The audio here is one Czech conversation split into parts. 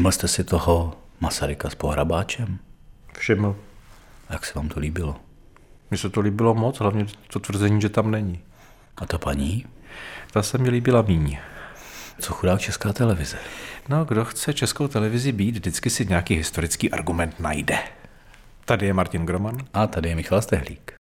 Všiml jste si toho Masaryka s Pohrabáčem? Všiml. Jak se vám to líbilo? Mně se to líbilo moc, hlavně to tvrzení, že tam není. A ta paní? Ta se mi líbila míň. Co chudák Česká televize? No, kdo chce Českou televizi být, vždycky si nějaký historický argument najde. Tady je Martin Groman. A tady je Michal Stehlík.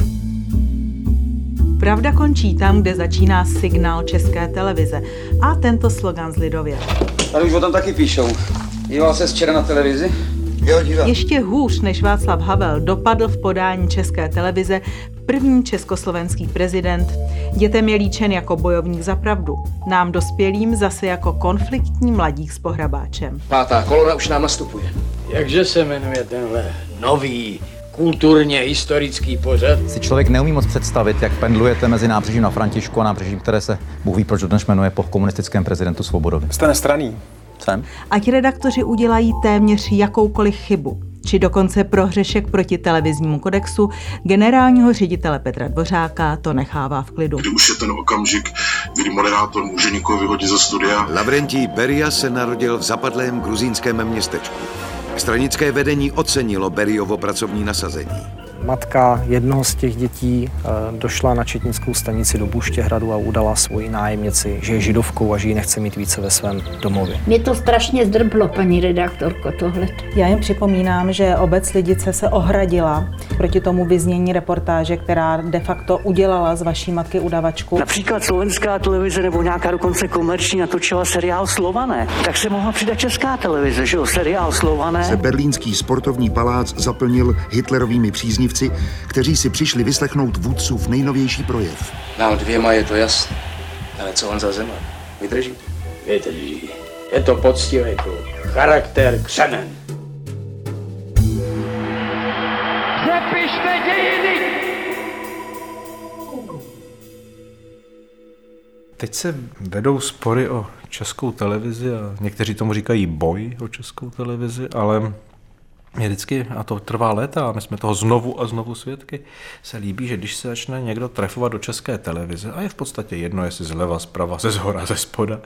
Pravda končí tam, kde začíná signál České televize. A tento slogan z Lidově. Tady už o tom taky píšou. Díval ses včera na televizi? Jo, díval. Ještě hůř než Václav Havel dopadl v podání České televize první československý prezident. Dětem je líčen jako bojovník za pravdu. Nám dospělým zase jako konfliktní mladík s Pohrabáčem. 5. kolona už nám nastupuje. Jakže se jmenuje tenhle nový kulturně historický pořad? Si člověk neumí moc představit, jak pendlujete mezi nábřežím na Františku a nábřežím, které se Bůh ví proč dodnes jmenuje po komunistickém prezidentu Svobodovi. Jste nestranný. Jsem? Ať redaktoři udělají téměř jakoukoliv chybu, či dokonce prohřešek proti televiznímu kodexu, generálního ředitele Petra Dvořáka to nechává v klidu. Kdy už je ten okamžik, kdy moderátor může někoho vyhodit ze studia. Lavrentij Beria se narodil v zapadlém gruzínském městečku. Stranické vedení ocenilo Beriovo pracovní nasazení. Matka jednoho z těch dětí došla na četnickou stanici do Búštěhradu a udala svoji nájemnici, že je židovkou a že ji nechce mít více ve svém domově. Mě to strašně zdrblo, paní redaktorko, tohle. Já jen připomínám, že obec Lidice se ohradila proti tomu vyznění reportáže, která de facto udělala z vaší matky udavačku. Například Slovenská televize nebo nějaká dokonce komerční natočila seriál Slované. Tak se mohla přidat Česká televize, že jo, seriál Slované. Se berlínský sportovní palác zaplnil hitlerovými příznivci, kteří si přišli vyslechnout vůdcův nejnovější projev. Nám 2 je to jasné, ale co on za Zeman? Vydrží? Vydrží. Je to poctivý kluk. Charakter křemen. Přepište dějiny! Teď se vedou spory o Českou televizi a někteří tomu říkají boj o Českou televizi, ale mě vždycky, a to trvá léta, a my jsme toho znovu a znovu svědky, se líbí, že když se začne někdo trefovat do České televize, a je v podstatě jedno, jestli zleva, zprava, ze zhora, ze spoda,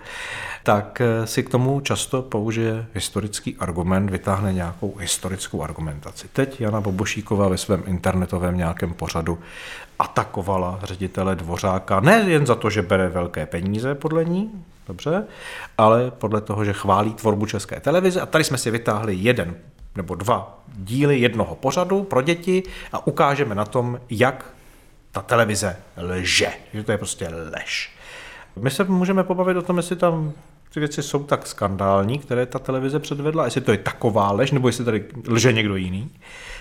tak si k tomu často použije historický argument, vytáhne nějakou historickou argumentaci. Teď Jana Bobošíková ve svém internetovém nějakém pořadu atakovala ředitele Dvořáka, ne jen za to, že bere velké peníze podle ní, dobře, ale podle toho, že chválí tvorbu České televize. A tady jsme si vytáhli 1 nebo 2 díly jednoho pořadu pro děti a ukážeme na tom, jak ta televize lže. Že to je prostě lež. My se můžeme pobavit o tom, jestli tam ty věci jsou tak skandální, které ta televize předvedla, jestli to je taková lež, nebo jestli tady lže někdo jiný.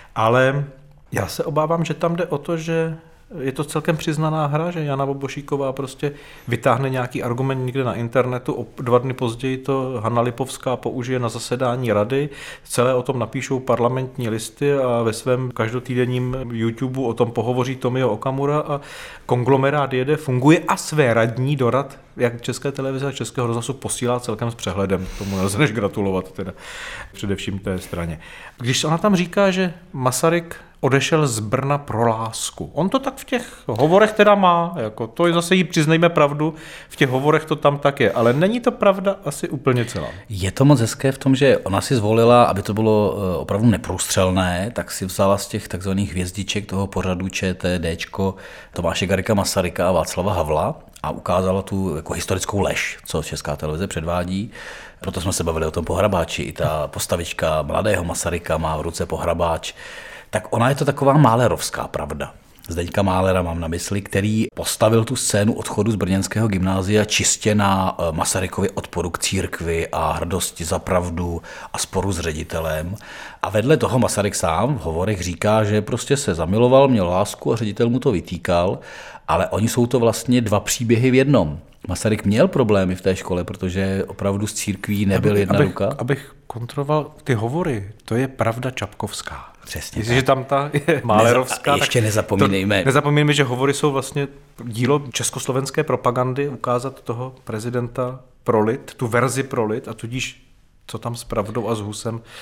Ale já se obávám, že tam jde o to, že je to celkem přiznaná hra, že Jana Bobošíková prostě vytáhne nějaký argument někde na internetu, 2 dny později to Hana Lipovská použije na zasedání rady, celé o tom napíšou parlamentní listy a ve svém každotýdenním YouTube o tom pohovoří Tomio Okamura a konglomerát jede, funguje a své radní do rad, jak České televize a Českého rozhlasu, posílá celkem s přehledem. Tomu nelze než gratulovat teda především té straně. Když ona tam říká, že Masaryk odešel z Brna pro lásku. On to tak v těch hovorech teda má, jako to je zase jí přiznejme pravdu, v těch hovorech to tam tak je, ale není to pravda asi úplně celá. Je to moc hezké v tom, že ona si zvolila, aby to bylo opravdu neprůstřelné, tak si vzala z těch takzvaných hvězdiček toho pořadu ČTDčko Tomáše Garrigua Masaryka a Václava Havla a ukázala tu jako historickou lež, co Česká televize předvádí. Proto jsme se bavili o tom Pohrabáči. I ta postavička mladého Masaryka má v ruce pohrabáč. Tak ona je to taková málerovská pravda. Zdeňka Málera mám na mysli, který postavil tu scénu odchodu z brněnského gymnázia čistě na Masarykově odporu k církvi a hrdosti za pravdu a sporu s ředitelem. A vedle toho Masaryk sám v hovorech říká, že prostě se zamiloval, měl lásku a ředitel mu to vytýkal, ale oni jsou to vlastně 2 příběhy v jednom. Masaryk měl problémy v té škole, protože opravdu z církví nebyl jedna ruka. Abych kontroloval ty hovory, to je pravda čapkovská. Přesně. Jestliže tam ta je málerovská, ještě nezapomínejme. Nezapomeňme, že hovory jsou vlastně dílo československé propagandy, ukázat toho prezidenta pro lid, tu verzi pro lid a tudíž co tam s pravdou a s Husem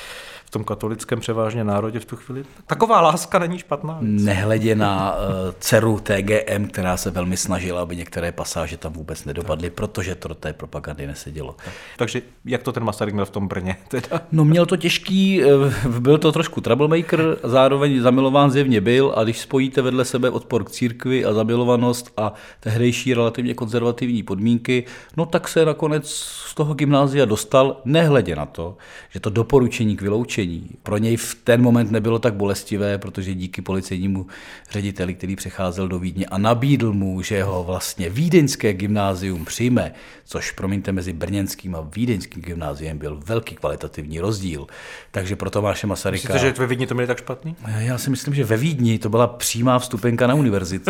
v tom katolickém převážně národě v tu chvíli. Taková láska není špatná. Nehledě na dceru TGM, která se velmi snažila, aby některé pasáže tam vůbec nedopadly, protože to do té propagandy nesedělo. Takže jak to ten Masaryk měl v tom Brně? Teda? No měl to těžký, byl to trošku troublemaker, zároveň zamilován zjevně byl, a když spojíte vedle sebe odpor k církvi a zamilovanost a tehdejší relativně konzervativní podmínky, no tak se nakonec z toho gymnázia dostal, nehledě na to, že to doporučení k vyloučení pro něj v ten moment nebylo tak bolestivé, protože díky policejnímu řediteli, který přecházel do Vídně a nabídl mu, že ho vlastně vídeňské gymnázium přijme, což promiňte, mezi brněnským a vídeňským gymnáziem byl velký kvalitativní rozdíl. Takže pro Tomáše Masaryka... Myslíte, že ve Vídni to měli tak špatný? Já si myslím, že ve Vídni to byla přímá vstupenka na univerzitu.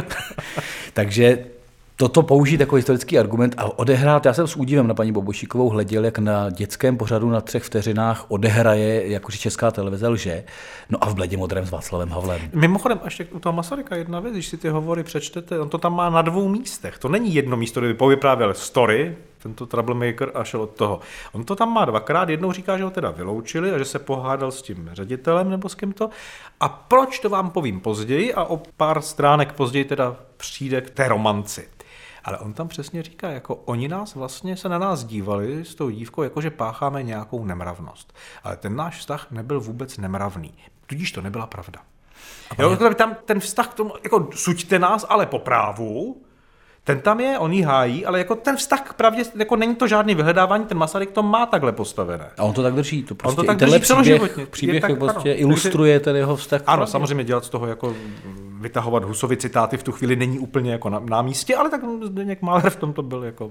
Takže toto použít jako historický argument a odehrát, já jsem s údivem na paní Bobošíkovou hleděl, jak na dětském pořadu na 3 vteřinách odehraje, jakože Česká televize lže, no a v Bledě modrém s Václavem Havlem. Mimochodem, ještě u toho Masaryka jedna věc, když si ty hovory přečtete, on to tam má na 2 místech. To není jedno místo, kde by povyprávěl story, tento troublemaker, a šel od toho. On to tam má 2krát, jednou říká, že ho teda vyloučili a že se pohádal s tím ředitelem nebo s kým to. A proč, to vám povím později a o pár stránek později teda přijde k té romanci. Ale on tam přesně říká, jako oni nás vlastně se na nás dívali s tou dívkou, jako že pácháme nějakou nemravnost. Ale ten náš vztah nebyl vůbec nemravný. Tudíž to nebyla pravda. Jo, tam ten vztah k tomu, jako suďte nás, ale po právu, ten tam je, on jí hájí, ale jako ten vztah k pravdě, jako není to žádný vyhledávání, ten Masaryk to má takhle postavené. A on to tak drží, to prostě on to tak tenhle drží příběh tak, prostě ilustruje ten jeho vztah. Ano, samozřejmě dělat z toho jako vytahovat Husovy citáty v tu chvíli není úplně jako na místě, ale tak Zdeněk Máler v tom to byl jako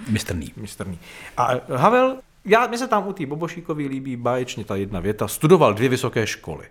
mistrný. A Havel, mně se tam u té Bobošíkový líbí báječně ta jedna věta, studoval 2 vysoké školy,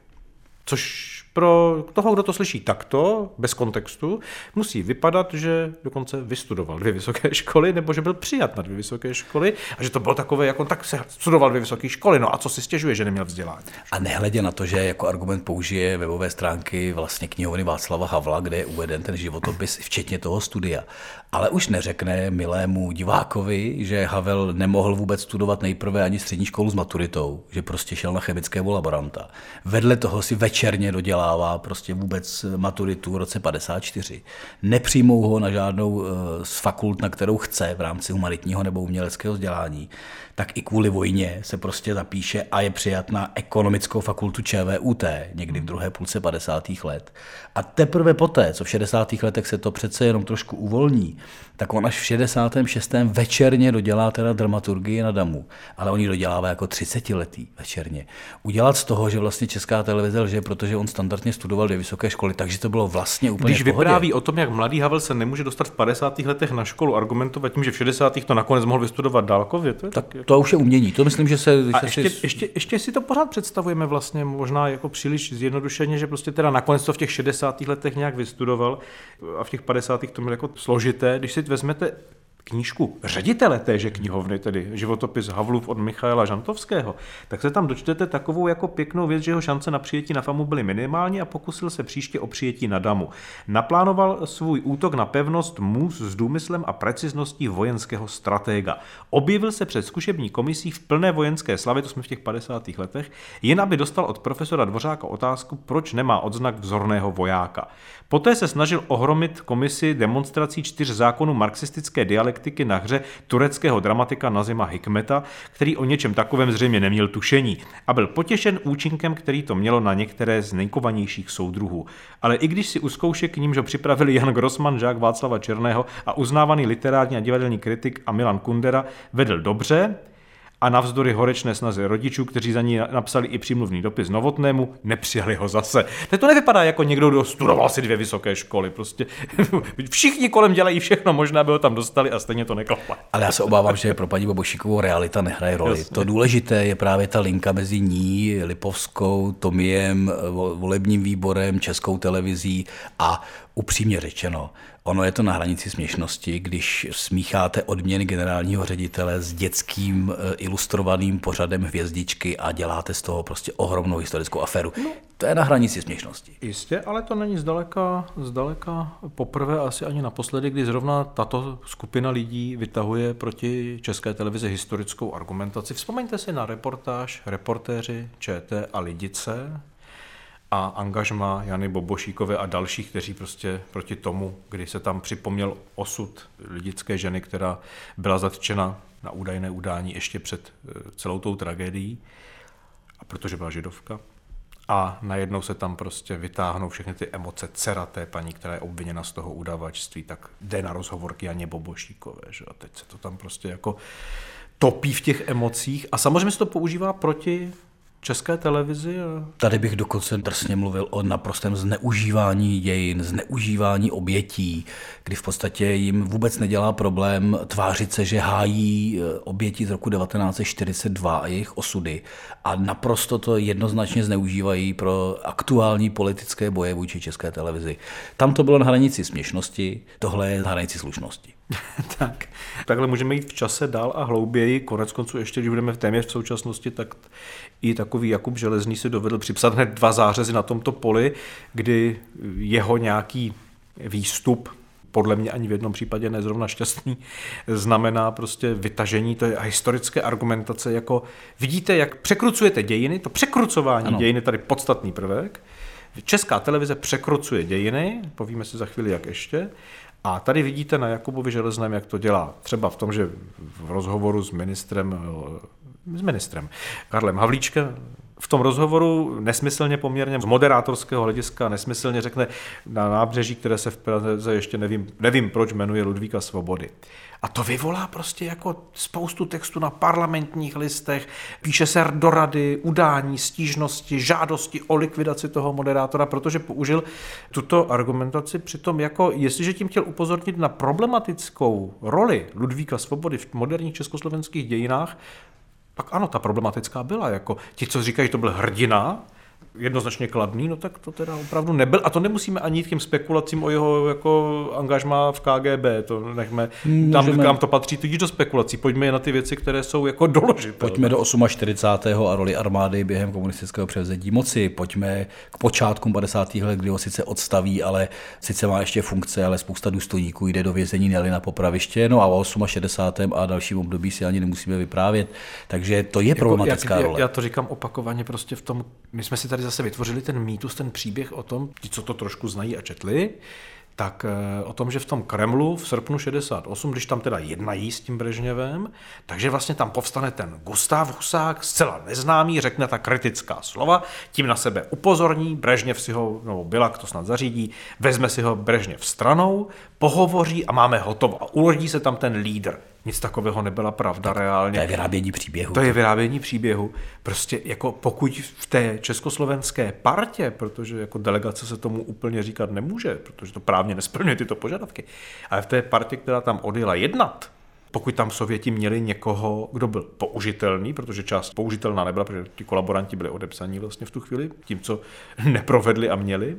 což pro toho, kdo to slyší takto, bez kontextu, musí vypadat, že dokonce vystudoval 2 vysoké školy, nebo že byl přijat na 2 vysoké školy a že to bylo takové, jako tak se studoval 2 vysoké školy, no a co si stěžuje, že neměl vzdělání. A nehledě na to, že jako argument použije webové stránky vlastně knihovny Václava Havla, kde je uveden ten životopis, včetně toho studia. Ale už neřekne milému divákovi, že Havel nemohl vůbec studovat nejprve ani střední školu s maturitou, že prostě šel na chemického laboranta. Vedle toho si večerně dodělává prostě vůbec maturitu v roce 54. Nepřijmou ho na žádnou z fakult, na kterou chce v rámci humanitního nebo uměleckého vzdělání. Tak i kvůli vojně se prostě zapíše a je přijat na ekonomickou fakultu ČVUT někdy v druhé půlce 50. let. A teprve poté, co v 60. letech se to přece jenom trošku uvolní, tak on až v 66. večerně dodělá teda dramaturgii na Damu. Ale on ji dodělává jako 30letý večerně. Udělat z toho, že vlastně Česká televize lže, protože on standardně studoval 2 vysoké školy, takže to bylo vlastně úplně Když vypráví o tom, jak mladý Havel se nemůže dostat v 50. letech na školu, argumentovat tím, že v 60. to nakonec mohl vystudovat dálkově, to je tak to už je umění, to myslím, že se... A ještě si to pořád představujeme vlastně možná jako příliš zjednodušeně, že prostě teda nakonec to v těch 60. letech nějak vystudoval a v těch 50. to bylo jako složité. Když si vezmete knížku ředitele téže knihovny, tedy životopis Havlův od Michaela Žantovského, tak se tam dočtete takovou jako pěknou věc, že jeho šance na přijetí na FAMu byly minimální a pokusil se příště o přijetí na Damu. Naplánoval svůj útok na pevnost Můz s důmyslem a precizností vojenského stratega. Objevil se před zkušební komisí v plné vojenské slavě, to jsme v těch 50. letech, jen aby dostal od profesora Dvořáka otázku, proč nemá odznak vzorného vojáka. Poté se snažil ohromit komisi demonstrací 4 zákonů marxistické dialektiky na hře tureckého dramatika Nazima Hikmeta, který o něčem takovém zřejmě neměl tušení a byl potěšen účinkem, který to mělo na některé z nejkovanějších soudruhů. Ale i když si u zkoušek k nímž ho připravili Jan Grossman, žák Václava Černého a uznávaný literární a divadelní kritik a Milan Kundera, vedl dobře, a navzdory horečné snaze rodičů, kteří za ní napsali i přímluvný dopis Novotnému, nepřijali ho zase. Tak to nevypadá jako někdo, kdo studoval si 2 vysoké školy. Prostě všichni kolem dělají všechno možná, aby ho tam dostali a stejně to neklapá. Ale já se obávám, že pro paní Bobošíkovou realita nehraje roli. Jasně. To důležité je právě ta linka mezi ní, Lipovskou, Tomiem, volebním výborem, Českou televizí a upřímně řečeno, ono je to na hranici směšnosti, když smícháte odměny generálního ředitele s dětským ilustrovaným pořadem Hvězdičky a děláte z toho prostě ohromnou historickou aféru. No. To je na hranici směšnosti. Jistě, ale to není zdaleka poprvé, asi ani naposledy, kdy zrovna tato skupina lidí vytahuje proti České televizi historickou argumentaci. Vzpomeňte si na reportáž Reportéři ČT a Lidice a angažma Jany Bobošíkové a dalších, kteří prostě proti tomu, kdy se tam připomněl osud lidické ženy, která byla zatčena na údajné udání ještě před celou tou tragédií, a protože byla židovka. A najednou se tam prostě vytáhnou všechny ty emoce dcera té paní, která je obviněna z toho udavačství, tak jde na rozhovor k Janě Bobošíkové. Že? A teď se to tam prostě jako topí v těch emocích a samozřejmě se to používá proti České televizi. Tady bych dokonce drsně mluvil o naprostém zneužívání dějin, zneužívání obětí, kdy v podstatě jim vůbec nedělá problém tvářit se, že hájí oběti z roku 1942 a jejich osudy a naprosto to jednoznačně zneužívají pro aktuální politické boje vůči České televizi. Tam to bylo na hranici směšnosti, tohle je na hranici slušnosti. Tak, takhle můžeme jít v čase dál a hlouběji. Konec konců ještě, když budeme téměř v současnosti, tak i takový Jakub Železný si dovedl připsat hned 2 zářezy na tomto poli, kdy jeho nějaký výstup, podle mě ani v jednom případě nezrovna šťastný, znamená prostě vytažení, to je historické argumentace, jako vidíte, jak překrucujete dějiny, to překrucování dějin je tady podstatný prvek. Česká televize překrucuje dějiny, povíme si za chvíli, jak ještě. A tady vidíte na Jakubovi Železném, jak to dělá. Třeba v tom, že v rozhovoru s ministrem Karlem Havlíčkem, v tom rozhovoru nesmyslně poměrně z moderátorského hlediska nesmyslně řekne na nábřeží, které se v Praze ještě nevím proč jmenuje Ludvíka Svobody. A to vyvolá prostě jako spoustu textů na parlamentních listech, píše se do rady, udání, stížnosti, žádosti o likvidaci toho moderátora, protože použil tuto argumentaci přitom jako, jestliže tím chtěl upozornit na problematickou roli Ludvíka Svobody v moderních československých dějinách, pak ano, ta problematická byla, jako ti, co říkají, že to byl hrdina, jednoznačně kladný, no tak to teda opravdu nebyl. A to nemusíme ani tím spekulacím o jeho jako angažmá v KGB, to nechme, tam to patří tudíž do spekulací. Pojďme na ty věci, které jsou jako doložitelné. Pojďme do 48. a roli armády během komunistického převzetí moci. Pojďme k počátkům 50. let, kdy ho sice odstaví, ale sice má ještě funkce, ale spousta důstojníků jde do vězení, nejeli na popraviště. No a o 68. a dalším období si ani nemusíme vyprávět. Takže to je problematická role. Já to říkám opakovaně prostě v tom, my jsme si tady zase vytvořili ten mýtus, ten příběh o tom, ti, co to trošku znají a četli, tak o tom, že v tom Kremlu v srpnu 68, když tam teda jednají s tím Brežněvem, takže vlastně tam povstane ten Gustav Husák, zcela neznámý, řekne ta kritická slova, tím na sebe upozorní, Brežněv si ho, no Bilak to snad zařídí, vezme si ho Brežněv stranou, pohovoří a máme hotovo. A uloží se tam ten lídr. Nic takového nebyla pravda reálně. To je vyrábění příběhu. To je vyrábění příběhu. Prostě jako pokud v té československé partě, protože jako delegace se tomu úplně říkat nemůže, protože to právně nesplňuje tyto požadavky, ale v té partě, která tam odjela jednat, pokud tam Sověti měli někoho, kdo byl použitelný, protože část použitelná nebyla, protože ti kolaboranti byli odepsaní vlastně v tu chvíli, tím, co neprovedli a měli,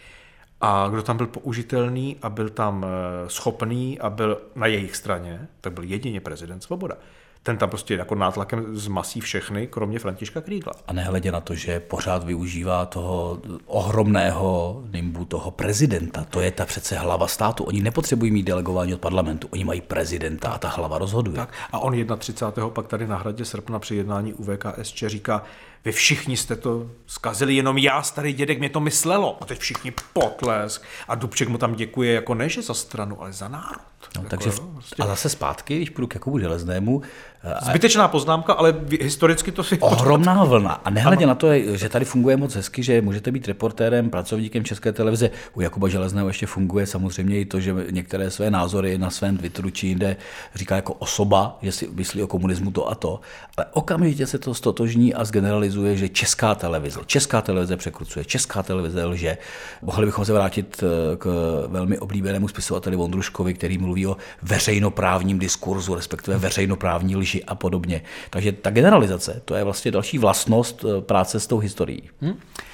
a kdo tam byl použitelný a byl tam schopný a byl na jejich straně, tak byl jedině prezident Svoboda. Ten tam prostě jako nátlakem zmasí všechny, kromě Františka Krígla. A nehledě na to, že pořád využívá toho ohromného nimbu toho prezidenta. To je ta přece hlava státu. Oni nepotřebují mít delegování od parlamentu. Oni mají prezidenta a ta hlava rozhoduje. Tak. A on 31. pak tady na Hradě srpna při jednání UVKSČ říká, vy všichni jste to zkazili, jenom já, starý dědek, mě to myslelo. A teď všichni potlesk. A Dubček mu tam děkuje jako ne, že za stranu, ale za národ. No, takže a zase zpátky, když půjdu k Jakubu Železnému. Zbytečná poznámka, ale historicky to si... Ohromná vlna. A nehledě na to, že tady funguje moc hezky, že můžete být reportérem, pracovníkem České televize. U Jakuba Železného ještě funguje samozřejmě i to, že některé své názory na svém Twitteru či jinde říká jako osoba, že si myslí o komunismu to a to. Ale okamžitě se to stotožní a zgeneralizuje, že Česká televize překrucuje, Česká televize lže. Mohli bychom se vrátit k velmi oblíbenému spisovateli Vondruškovi, který mluví o veřejnoprávním diskurzu, respektive veřejnoprávní lži a podobně. Takže ta generalizace, to je vlastně další vlastnost práce s tou historií.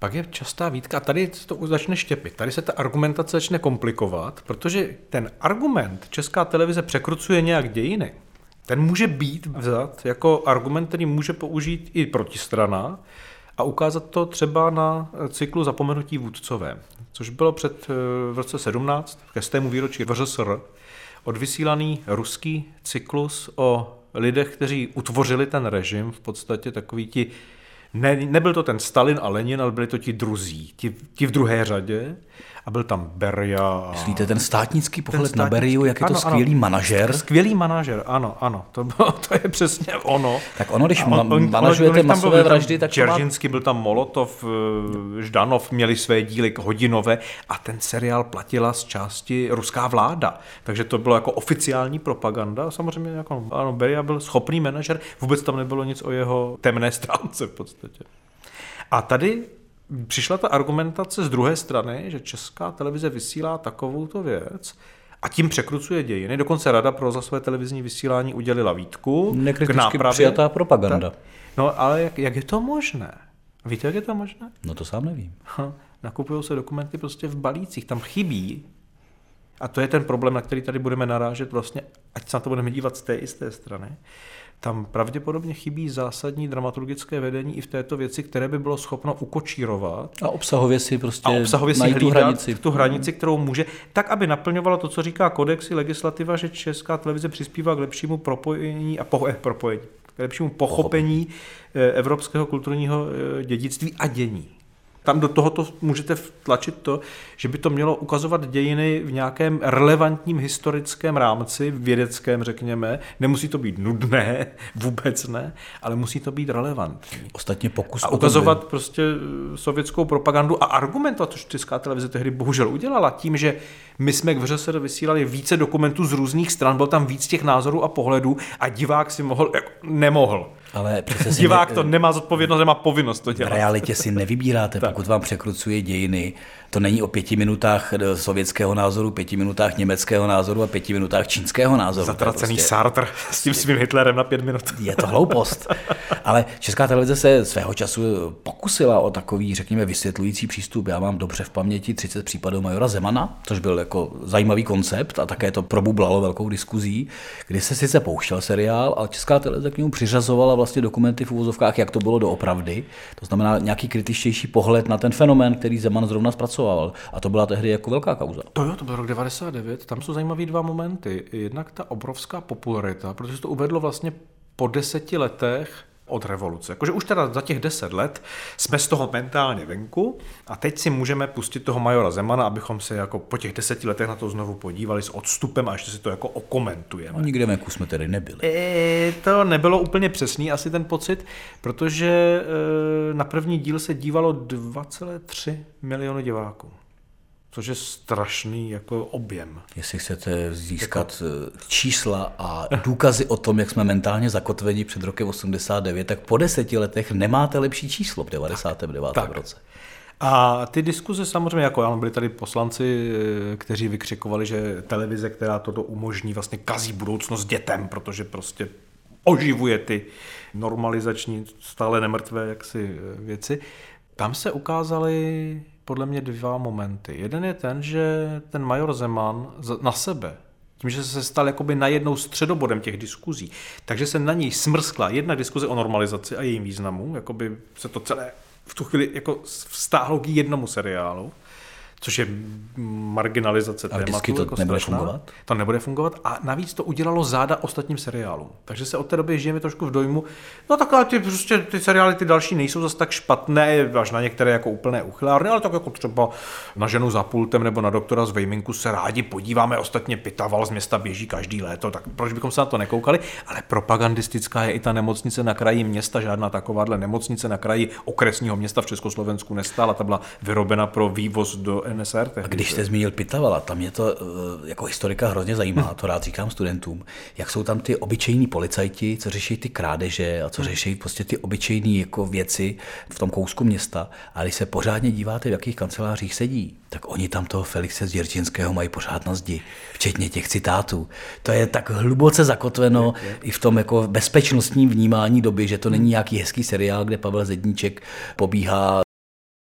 Pak je častá výtka, a tady to začne štěpit, tady se ta argumentace začne komplikovat, protože ten argument Česká televize překrucuje nějak dějiny, ten může být vzat jako argument, který může použít i protistrana a ukázat to třeba na cyklu Zapomenutí vůdcové, což bylo v roce 17, ke 100. výročí VŘSR, odvysílaný ruský cyklus o lidech, kteří utvořili ten režim, v podstatě takový ti, nebyl to ten Stalin a Lenin, ale byli to ti druzí, ti v druhé řadě. A byl tam Beria. Myslíte ten státnický pohled na Beriu, jak je to skvělý manažer? Skvělý manažer, ano, to je přesně ono. Tak ono, když manažujete masové vraždy, tak Dzeržinský, byl tam Molotov, Ždanov, měli své díly hodinové a ten seriál platila z části ruská vláda. Takže to bylo jako oficiální propaganda. Samozřejmě jako, ano, Beria byl schopný manažer, vůbec tam nebylo nic o jeho temné stránce v podstatě. A tady přišla ta argumentace z druhé strany, že Česká televize vysílá takovouto věc a tím překrucuje dějiny. Dokonce Rada pro rozhlasové televizní vysílání udělila výtku nekriticky k nápravě. Přijatá propaganda. No ale jak je to možné? Víte, jak je to možné? No to sám nevím. Nakupují se dokumenty prostě v balících, tam chybí. A to je ten problém, na který tady budeme narážet vlastně, ať se na to budeme dívat z té i z té strany. Tam pravděpodobně chybí zásadní dramaturgické vedení i v této věci, které by bylo schopno ukočírovat. A obsahově si prostě najít tu hranici, kterou může, tak, aby naplňovalo to, co říká kodex i legislativa, že Česká televize přispívá k lepšímu propojení a k lepšímu pochopení evropského kulturního dědictví a dění. Tam do tohoto můžete vtlačit to, že by to mělo ukazovat dějiny v nějakém relevantním historickém rámci, vědeckém řekněme. Nemusí to být nudné, vůbec ne, ale musí to být relevantní. Ostatně pokus a ukazovat prostě sovětskou propagandu a argumentovat, což Česká televize tehdy bohužel udělala tím, že my jsme k VŘSR vysílali více dokumentů z různých stran, byl tam víc těch názorů a pohledů a divák si nemohl. Ale divák to nemá zodpovědnost, nemá povinnost to dělat. V realitě si nevybíráte, pokud vám překrucuje dějiny. To není o 5 minutách sovětského názoru, 5 minutách německého názoru a 5 minutách čínského názoru. Zatracený Sartre s tím svým Hitlerem na 5 minut. Je to hloupost. Ale Česká televize se svého času pokusila o takový, řekněme, vysvětlující přístup. Já mám dobře v paměti 30 případů majora Zemana, což byl jako zajímavý koncept a také to probublalo velkou diskuzí, kdy se sice pouštěl seriál, ale Česká televize k němu přiřazovala vlastně dokumenty v uvozovkách, jak to bylo doopravdy. To znamená nějaký kritičtější pohled na ten fenomén, který Zeman zrovna zpracoval. A to byla tehdy jako velká kauza. To byl rok 99. Tam jsou zajímavý 2 momenty. Jednak ta obrovská popularita, protože to uvedlo vlastně po 10 letech od revoluce. Jakože už teda za těch 10 let jsme z toho mentálně venku a teď si můžeme pustit toho majora Zemana, abychom se jako po těch 10 letech na to znovu podívali s odstupem a ještě si to jako okomentujeme. No, nikde venku jsme tedy nebyli. To nebylo úplně přesný asi ten pocit, protože na první díl se dívalo 2,3 milionu diváků. Což je strašný jako objem. Jestli chcete získat čísla a důkazy o tom, jak jsme mentálně zakotveni před rokem 89, tak po 10 letech nemáte lepší číslo v 99. roce. A ty diskuze samozřejmě, jako byli tady poslanci, kteří vykřikovali, že televize, která toto umožní, vlastně kazí budoucnost dětem, protože prostě oživuje ty normalizační, stále nemrtvé jaksi věci. Tam se ukázaly podle mě 2 momenty. Jeden je ten, že ten major Zeman na sebe, tím, že se stal jakoby najednou středobodem těch diskuzí, takže se na něj smrskla jedna diskuze o normalizaci a jejím významu, jakoby se to celé v tu chvíli jako vztáhlo k jednomu seriálu, což je marginalizace tématu. A vždycky to jako nebude strašná. fungovat? To nebude fungovat a navíc to udělalo záda ostatním seriálům. Takže se od té doby žijeme trošku v dojmu, no takhle ty seriály ty další nejsou zase tak špatné, až na některé jako úplné uchylárny, ale tak jako třeba na Ženu za pultem nebo na Doktora z Vejminku se rádi podíváme, ostatně Pitaval z města běží každý léto, tak proč bychom se na to nekoukali, ale propagandistická je i ta nemocnice na kraji města, žádná takováhle nemocnice na kraji okresního města v Československu nestála, ta byla vyrobena pro vývoz do NSR. A když jste zmínil Pitavala, tam mě to jako historika hrozně zajímá, to rád říkám studentům, jak jsou tam ty obyčejní policajti, co řeší ty krádeže a co řeší prostě ty obyčejné jako věci v tom kousku města. A když se pořádně díváte, v jakých kancelářích sedí, tak oni tam toho Felixe Dzeržinského mají pořád na zdi, včetně těch citátů. To je tak hluboce zakotveno i v tom jako bezpečnostním vnímání doby, že to není nějaký hezký seriál, kde Pavel Zedníček pobíhá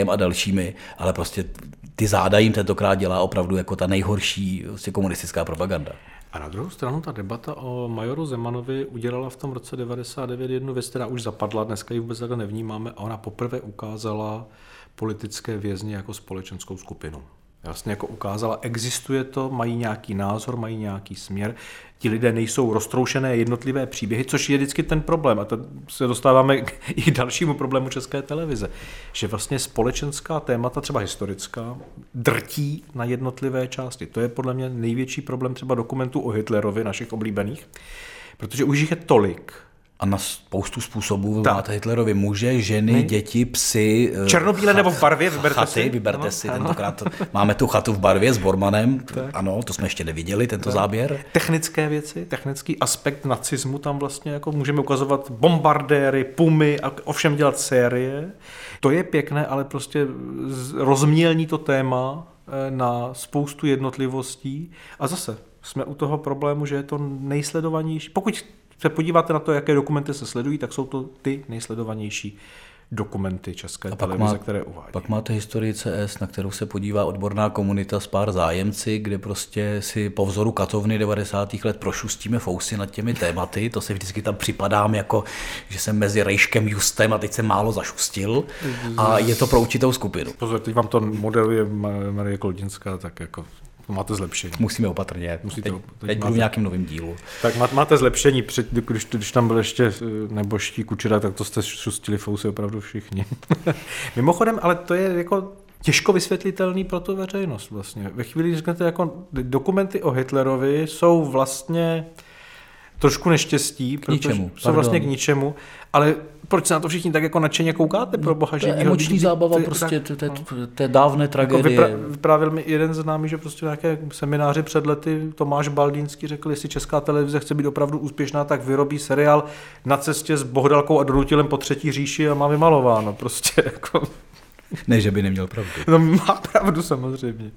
Massarykem a dalšími, ale prostě ty záda jim tentokrát dělá opravdu jako ta nejhorší vlastně komunistická propaganda. A na druhou stranu ta debata o majoru Zemanovi udělala v tom roce 99 jednu věc, která už zapadla, dneska ji vůbec takhle nevnímáme, a ona poprvé ukázala politické vězně jako společenskou skupinu. Vlastně jako ukázala, existuje to, mají nějaký názor, mají nějaký směr. Ti lidé nejsou roztroušené jednotlivé příběhy, což je vždycky ten problém. A to se dostáváme i k dalšímu problému České televize. Že vlastně společenská témata, třeba historická, drtí na jednotlivé části. To je podle mě největší problém třeba dokumentů o Hitlerovi, našich oblíbených, protože už jich je tolik. A na spoustu způsobů máte Hitlerovi muže, ženy, děti, psy. Černobílé nebo v barvě, vyberte si. Tentokrát máme tu chatu v barvě s Bormanem. Ano, to jsme ještě neviděli, tento záběr. Technické věci, technický aspekt nacismu tam vlastně jako můžeme ukazovat bombardéry, pumy a ovšem dělat série. To je pěkné, ale prostě rozmělní to téma na spoustu jednotlivostí. A zase jsme u toho problému, že je to nejsledovanější. Pokud se podíváte na to, jaké dokumenty se sledují, tak jsou to ty nejsledovanější dokumenty České televize, které uvádí. Pak máte historii CS, na kterou se podívá odborná komunita s pár zájemci, kde prostě si po vzoru katovny 90. let prošustíme fousy nad těmi tématy. To se vždycky tam připadám jako, že jsem mezi Rejškem, Justem a teď jsem málo zašustil. A je to pro určitou skupinu. Pozor, teď vám to modeluje Marie Koldinská, tak jako máte zlepšení. Musíme opatrně. Teď budu v nějakém novém dílu. Tak máte zlepšení, když tam byl ještě nebožtí Kučera, tak to jste šustili fousy opravdu všichni. Mimochodem, ale to je jako těžko vysvětlitelný pro tu veřejnost vlastně. Ve chvíli, když řeknete, jako dokumenty o Hitlerovi jsou vlastně trošku neštěstí, protože jsou vlastně k ničemu, ale proč se na to všichni tak jako nadšeně koukáte, pro boha, že emoční zábava prostě té dávné tragédie. Jako vyprávěl mi jeden známý, že prostě nějaké semináři před lety Tomáš Baldýnský řekl, jestli Česká televize chce být opravdu úspěšná, tak vyrobí seriál Na cestě s Bohdalkou a Dorutilem po třetí říši a má vymalováno prostě jako. Ne, že by neměl pravdu. No má pravdu samozřejmě.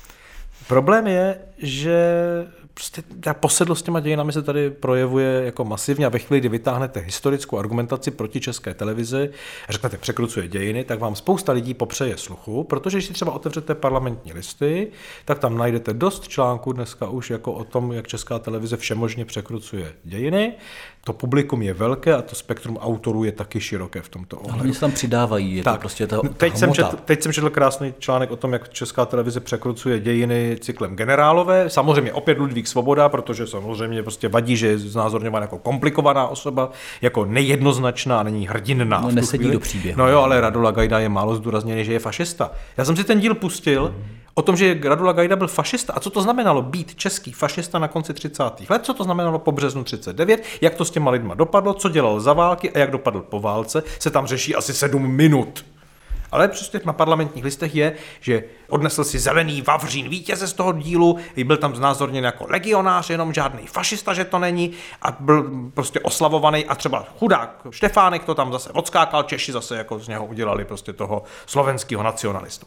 Problém je, že prostě ta posedlost těma dějinami se tady projevuje jako masivně a ve chvíli, kdy vytáhnete historickou argumentaci proti České televizi a řeknete překrucuje dějiny, tak vám spousta lidí popřeje sluchu, protože když si třeba otevřete Parlamentní listy, tak tam najdete dost článků dneska už jako o tom, jak Česká televize všemožně překrucuje dějiny. To publikum je velké a to spektrum autorů je taky široké v tomto ohledu. Oni se tam přidávají, je tak, to prostě ta teď jsem četl krásný článek o tom, jak Česká televize překrucuje dějiny cyklem Generálové. Samozřejmě opět Ludvík Svoboda, protože samozřejmě prostě vadí, že je znázorňovaná jako komplikovaná osoba, jako nejednoznačná, není hrdinná. No, nesedí do příběhu. No jo, ale Radula Gajda je málo zdůrazněný, že je fašista. Já jsem si ten díl pustil o tom, že Radula Gajda byl fašista. A co to znamenalo být český fašista na konci 30. let? Co to znamenalo po březnu 39? Jak to s těma lidma dopadlo? Co dělal za války a jak dopadl po válce? Se tam řeší asi 7 minut. Ale prostě na Parlamentních listech je, že odnesl si zelený Vavřín vítěze z toho dílu, byl tam znázorněn jako legionář, jenom žádný fašista, že to není, a byl prostě oslavovaný a třeba chudák Štefánek to tam zase odskákal, Češi zase jako z něho udělali prostě toho slovenského nacionalistu.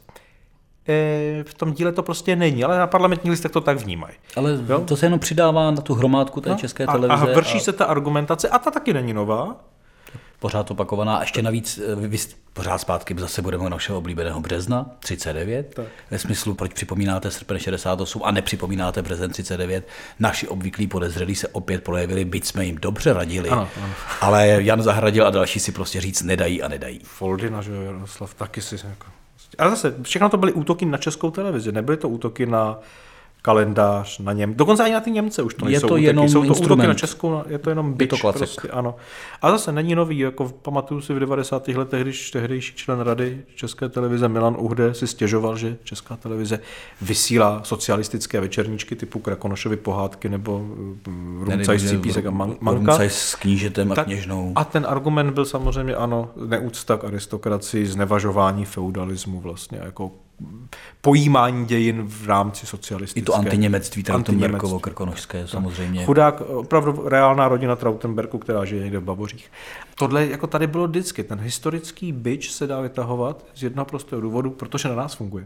V tom díle to prostě není, ale na Parlamentních listech to tak vnímají. Ale to se jenom přidává na tu hromádku té České televize. A vrší se ta argumentace a ta taky není nová. Pořád opakovaná. A ještě navíc pořád zpátky zase budeme našeho oblíbeného března 39. Tak. Ve smyslu, proč připomínáte srpen 68 a nepřipomínáte březen 39. Naši obvyklí podezřelí se opět projevili, byť jsme jim dobře radili. Ano. Ale Jan Zahradil a další si prostě říct nedají a nedají. Foldina, že Jaroslav, taky si jako. Ale zase, všechno to byly útoky na Českou televizi, nebyly to útoky na kalendář, na dokonce ani na ty Němce už to nejsou útoky, jenom jsou to instrument. útoky na Českou, je to jenom bič, prostě, ano. A zase není nový, jako pamatuju si v 90. letech, když tehdejší člen rady České televize Milan Uhde si stěžoval, že Česká televize vysílá socialistické večerníčky typu Krakonošovy pohádky nebo Rumcajs Písek a Manka. Rumcajs s knížetem a kněžnou. A ten argument byl samozřejmě ano, neúcta k aristokracii, znevažování feudalismu vlastně, jako pojímání dějin v rámci socialistické. I to antiněmectví Trautenbergovo, Krkonošské samozřejmě. Chudák, opravdu reálná rodina Trautenbergu, která žije někde v Bavořích. Tohle jako tady bylo vždycky. Ten historický bič se dá vytahovat z jednoho prostého důvodu, protože na nás funguje.